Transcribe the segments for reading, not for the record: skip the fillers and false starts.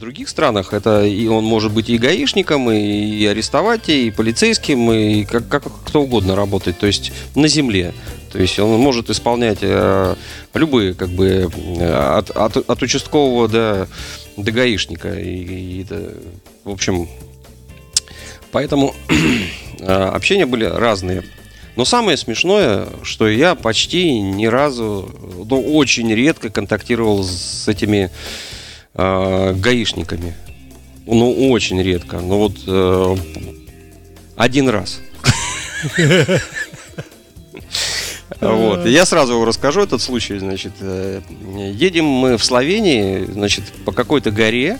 других странах это и он может быть и гаишником, и арестовать, и полицейским, и как кто угодно работать, то есть на земле. То есть он может исполнять любые, как бы, от участкового до гаишника. В общем, поэтому общения были разные. Но самое смешное, что я почти ни разу, ну, очень редко контактировал с этими гаишниками. Ну, очень редко. Ну, вот один раз. Вот. Я сразу расскажу этот случай. Значит, едем мы в Словении, значит, по какой-то горе.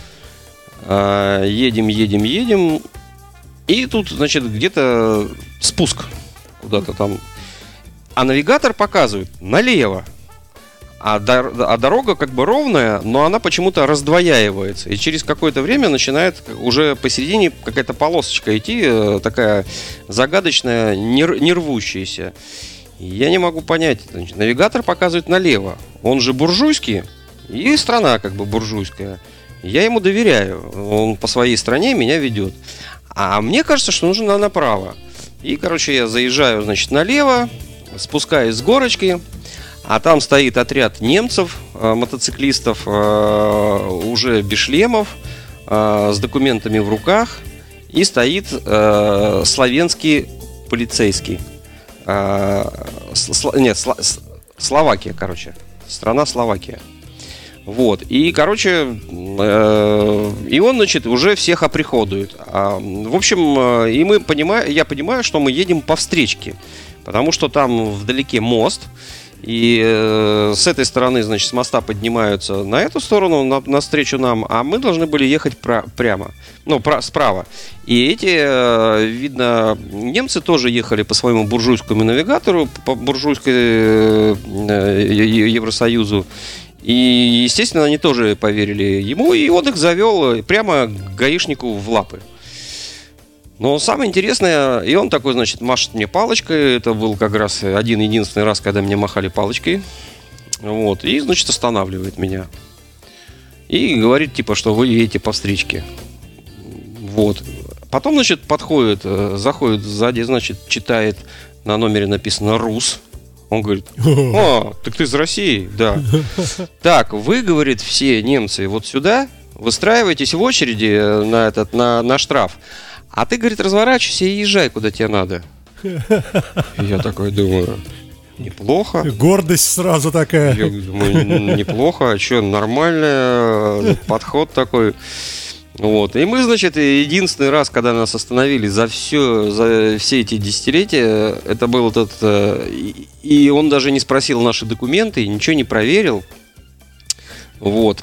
Едем. И тут, значит, где-то спуск куда-то там. А навигатор показывает налево. А дорога как бы ровная, но она почему-то раздвояивается. И через какое-то время начинает уже посередине какая-то полосочка идти, такая загадочная, не рвущаяся. Я не могу понять. Значит, навигатор показывает налево. Он же буржуйский, и страна как бы буржуйская. Я ему доверяю. Он по своей стране меня ведет. А мне кажется, что нужно направо. И, короче, я заезжаю, значит, налево, спускаюсь с горочки, а там стоит отряд немцев, мотоциклистов, уже без шлемов, с документами в руках, и стоит словенский полицейский. Словакия, короче. Страна Словакия. Вот. И, короче, и он, значит, уже всех оприходует. В общем, и я понимаю, что мы едем по встречке. Потому что там вдалеке мост. И с этой стороны, значит, с моста поднимаются на эту сторону, навстречу нам. А мы должны были ехать прямо. Ну, справа. И эти, видно, немцы тоже ехали по своему буржуйскому навигатору, по буржуйской Евросоюзу. И, естественно, они тоже поверили ему, и он их завел прямо к гаишнику в лапы. Но самое интересное, и он такой, значит, машет мне палочкой. Это был как раз один-единственный раз, когда мне махали палочкой. Вот, и, значит, останавливает меня. И говорит, типа, что вы едете по встречке. Вот. Потом, значит, заходит сзади, значит, читает, на номере написано «Рус». Он говорит: так ты из России? Да. Так, вы, говорит, все немцы вот сюда, выстраивайтесь в очереди на штраф. А ты, говорит, разворачивайся и езжай, куда тебе надо. И я такой думаю, неплохо. Гордость сразу такая. Я думаю, неплохо, а что, нормально, подход такой. Вот. И мы, значит, единственный раз, когда нас остановили за все эти десятилетия, это был этот... И он даже не спросил наши документы, ничего не проверил. Вот.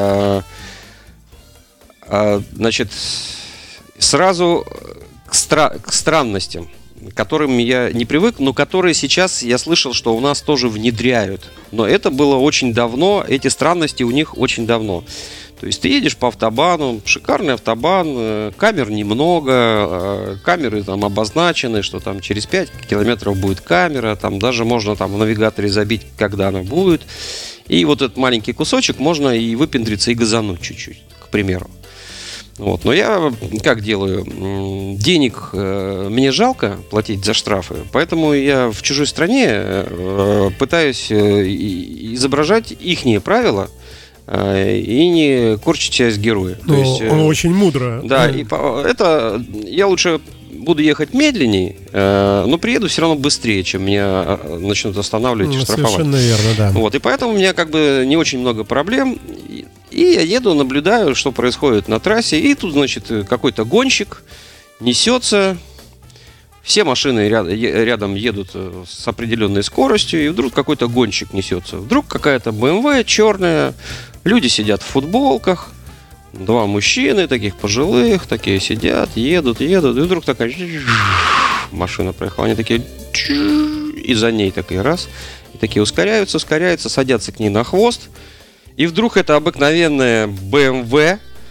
Значит, сразу к странностям, к которым я не привык, но которые сейчас, я слышал, что у нас тоже внедряют. Но это было очень давно, эти странности у них очень давно. То есть ты едешь по автобану, шикарный автобан, камер немного, камеры там обозначены, что там через 5 километров будет камера, там даже можно там в навигаторе забить, когда она будет. И вот этот маленький кусочек можно и выпендриться, и газануть чуть-чуть, к примеру. Вот. Но я как делаю? Денег мне жалко платить за штрафы, поэтому я в чужой стране пытаюсь изображать ихние правила, и не корчить себя из героя. То есть, очень мудро. Да, и это я лучше буду ехать медленнее, но приеду все равно быстрее, чем меня начнут останавливать и штрафовать. Совершенно верно, да. Вот, и поэтому у меня как бы не очень много проблем. И я еду, наблюдаю, что происходит на трассе. И тут, значит, какой-то гонщик несется. Все машины рядом едут с определенной скоростью, и вдруг какой-то гонщик несется. Вдруг какая-то BMW черная, люди сидят в футболках, два мужчины таких пожилых, такие сидят, едут, и вдруг такая машина проехала. Они такие, и за ней такие раз, и такие ускоряются, садятся к ней на хвост, и вдруг это обыкновенная BMW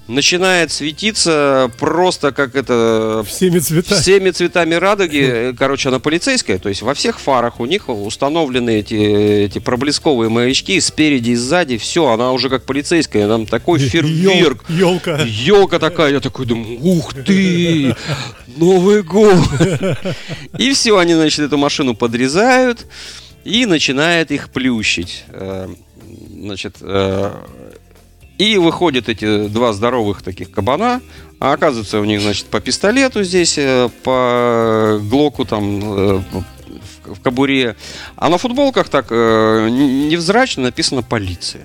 начинает светиться просто как это... Всеми цветами. Всеми цветами радуги. Короче, она полицейская. То есть во всех фарах у них установлены эти проблесковые маячки спереди и сзади. Все, она уже как полицейская. Там такой фейерверк. Елка. Елка такая. Я такой думаю, ух ты! Новый год! И все, они, значит, эту машину подрезают и начинают их плющить. Значит... И выходят эти два здоровых таких кабана, а оказывается у них, значит, по пистолету здесь, по глоку там в кобуре, а на футболках так невзрачно написано «Полиция».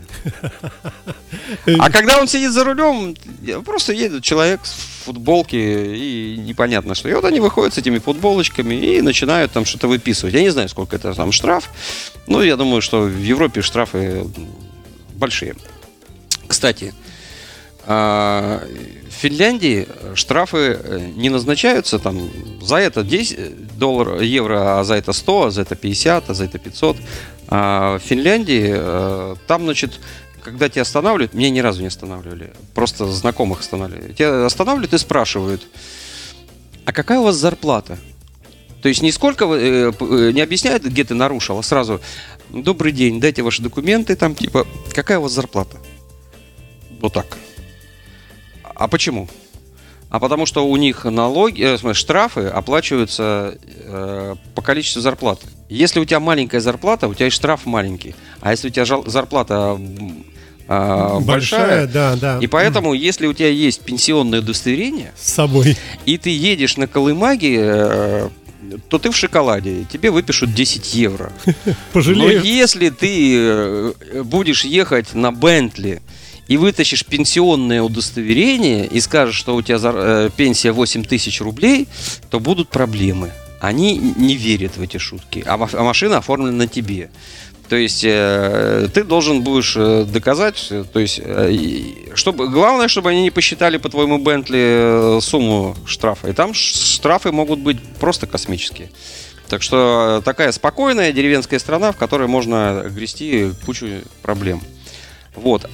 А когда он сидит за рулем, просто едет человек в футболке, и непонятно что. И вот они выходят с этими футболочками и начинают там что-то выписывать. Я не знаю, сколько это там штраф, но я думаю, что в Европе штрафы большие. Кстати, в Финляндии штрафы не назначаются там за это $10, евро, а за это 100, а за это 50, а за это 500. А в Финляндии там, значит, когда тебя останавливают, меня ни разу не останавливали, просто знакомых останавливали. Тебя останавливают и спрашивают, а какая у вас зарплата? То есть не объясняют, где ты нарушил, а сразу: добрый день, дайте ваши документы, там типа, какая у вас зарплата? Вот так. А почему? А потому что у них штрафы оплачиваются по количеству зарплаты. Если у тебя маленькая зарплата, у тебя и штраф маленький. А если у тебя зарплата большая, да. И поэтому, если у тебя есть пенсионное удостоверение с собой, и ты едешь на колымаге, то ты в шоколаде, тебе выпишут 10 евро. Пожалеют. Но если ты будешь ехать на Бентли и вытащишь пенсионное удостоверение и скажешь, что у тебя пенсия 8 тысяч рублей, то будут проблемы. Они не верят в эти шутки, а машина оформлена на тебе. То есть ты должен будешь доказать, то есть главное, чтобы они не посчитали по твоему Бентли сумму штрафа. И там штрафы могут быть просто космические. Так что такая спокойная деревенская страна, в которой можно грести кучу проблем. Вот.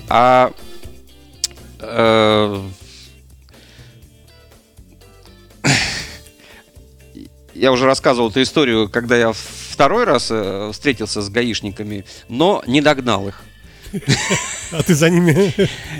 Я уже рассказывал эту историю, когда я второй раз встретился с гаишниками, но не догнал их. А ты за ними?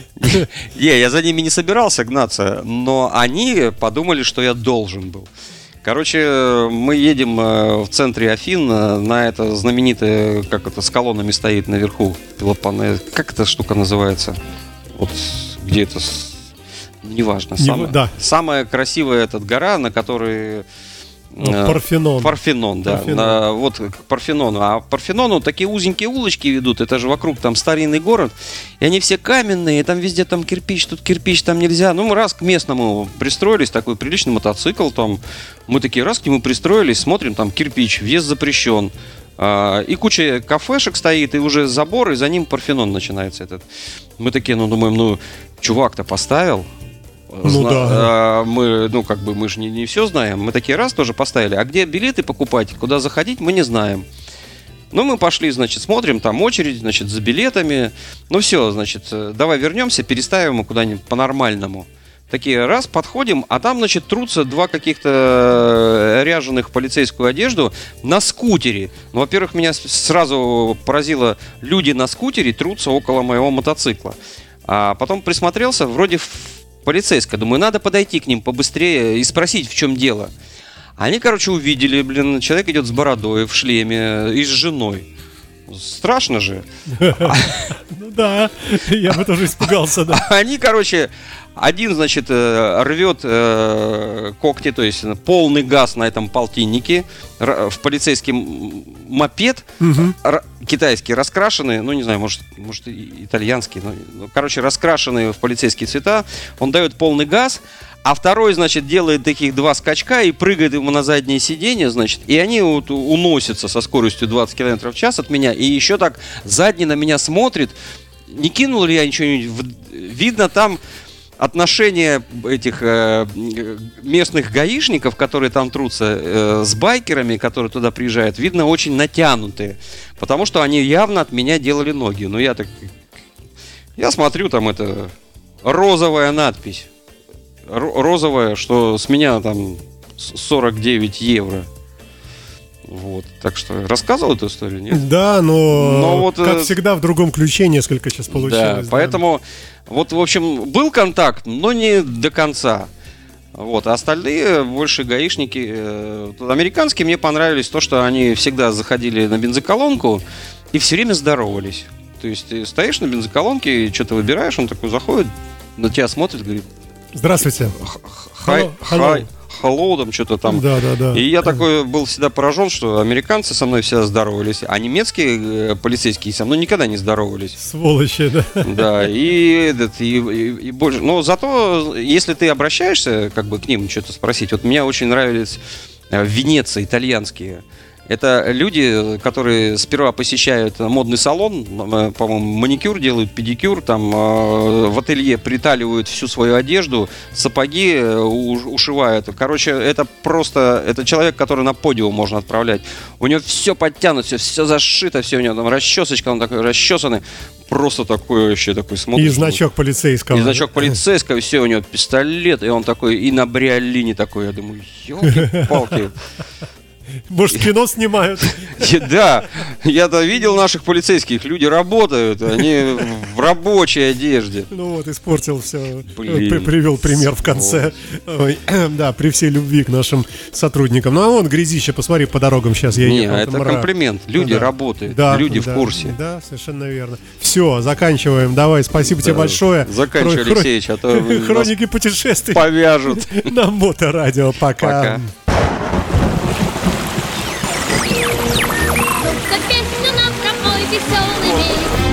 Я за ними не собирался гнаться, но они подумали, что я должен был. Короче, мы едем в центре Афин на это знаменитое, как это, с колоннами стоит наверху, как эта штука называется? Вот где это? Неважно. Самая красивая эта гора, на которой... Парфенон. Парфенон, да. Вот к Парфенону. А к Парфенону такие узенькие улочки ведут. Это же вокруг там старинный город. И они все каменные. Там везде там кирпич, тут кирпич, там нельзя. Ну, мы раз к местному пристроились, такой приличный мотоцикл там. Мы такие раз к нему пристроились, смотрим, там кирпич, въезд запрещен. И куча кафешек стоит, и уже забор, и за ним Парфенон начинается этот. Мы такие, думаем, чувак-то поставил. Да. Мы же не все знаем. Мы такие раз тоже поставили. А где билеты покупать, куда заходить, мы не знаем. Мы пошли, значит, смотрим, там очередь, значит, за билетами. Все, значит, давай вернемся, переставим его куда-нибудь по-нормальному. Такие раз, подходим, а там, значит, трутся два каких-то ряженых в полицейскую одежду на скутере. Во-первых, меня сразу поразило, люди на скутере трутся около моего мотоцикла. А потом присмотрелся, вроде полицейская. Думаю, надо подойти к ним побыстрее и спросить, в чем дело. Они, увидели, человек идет с бородой, в шлеме и с женой. Страшно же. Ну да, я бы тоже испугался, да. Они, один, значит, рвет когти, то есть полный газ на этом полтиннике, в полицейский мопед, китайский, раскрашенный, не знаю, может итальянский, раскрашенный в полицейские цвета, он дает полный газ, а второй, значит, делает таких два скачка и прыгает ему на заднее сиденье, значит, и они уносятся со скоростью 20 км в час от меня, и еще так задний на меня смотрит, не кинул ли я ничего-нибудь, видно там отношения этих местных гаишников, которые там трутся, с байкерами, которые туда приезжают, видно, очень натянутые. Потому что они явно от меня делали ноги. Я смотрю, там розовая надпись. Розовая, что с меня там 49 евро. Вот, так что рассказывал эту историю, нет? Да, но вот, как всегда в другом ключе несколько сейчас получилось. Да, поэтому вот, в общем, был контакт, но не до конца. Вот, а остальные больше гаишники, американские, мне понравились то, что они всегда заходили на бензоколонку и все время здоровались. То есть ты стоишь на бензоколонке, что-то выбираешь, он такой заходит, на тебя смотрит, говорит: здравствуйте. Hello, там что-то там. Да. И я такой был всегда поражен, что американцы со мной всегда здоровались, а немецкие полицейские со мной никогда не здоровались. Сволочи, да. Да, и больше. Но зато, если ты обращаешься, как бы к ним что-то спросить, вот мне очень нравились в Венеции итальянские. Это люди, которые сперва посещают модный салон, по-моему, маникюр делают, педикюр, там в ателье приталивают всю свою одежду, сапоги ушивают. Короче, это просто, это человек, который на подиум можно отправлять. У него все подтянуто, все зашито, все у него там расчесочка, он такой расчесанный. Просто такой вообще такой смотришь. И значок полицейского. И значок полицейского, все, у него пистолет, и он такой, и на бриолине такой. Я думаю, ёлки-палки. Может, кино снимают? Да, я-то видел наших полицейских, люди работают, они в рабочей одежде. Ну вот, испортил все, привел пример в конце. Ой, да, при всей любви к нашим сотрудникам. Ну а вон грязище, посмотри, по дорогам сейчас я ехал. Это комплимент, люди работают, люди в курсе. Да, совершенно верно. Все, заканчиваем, давай, спасибо тебе большое. Заканчивай, Алексеевич, а то хроники путешествий повяжут. На Моторадио, пока. За песню нам пропой веселый миг.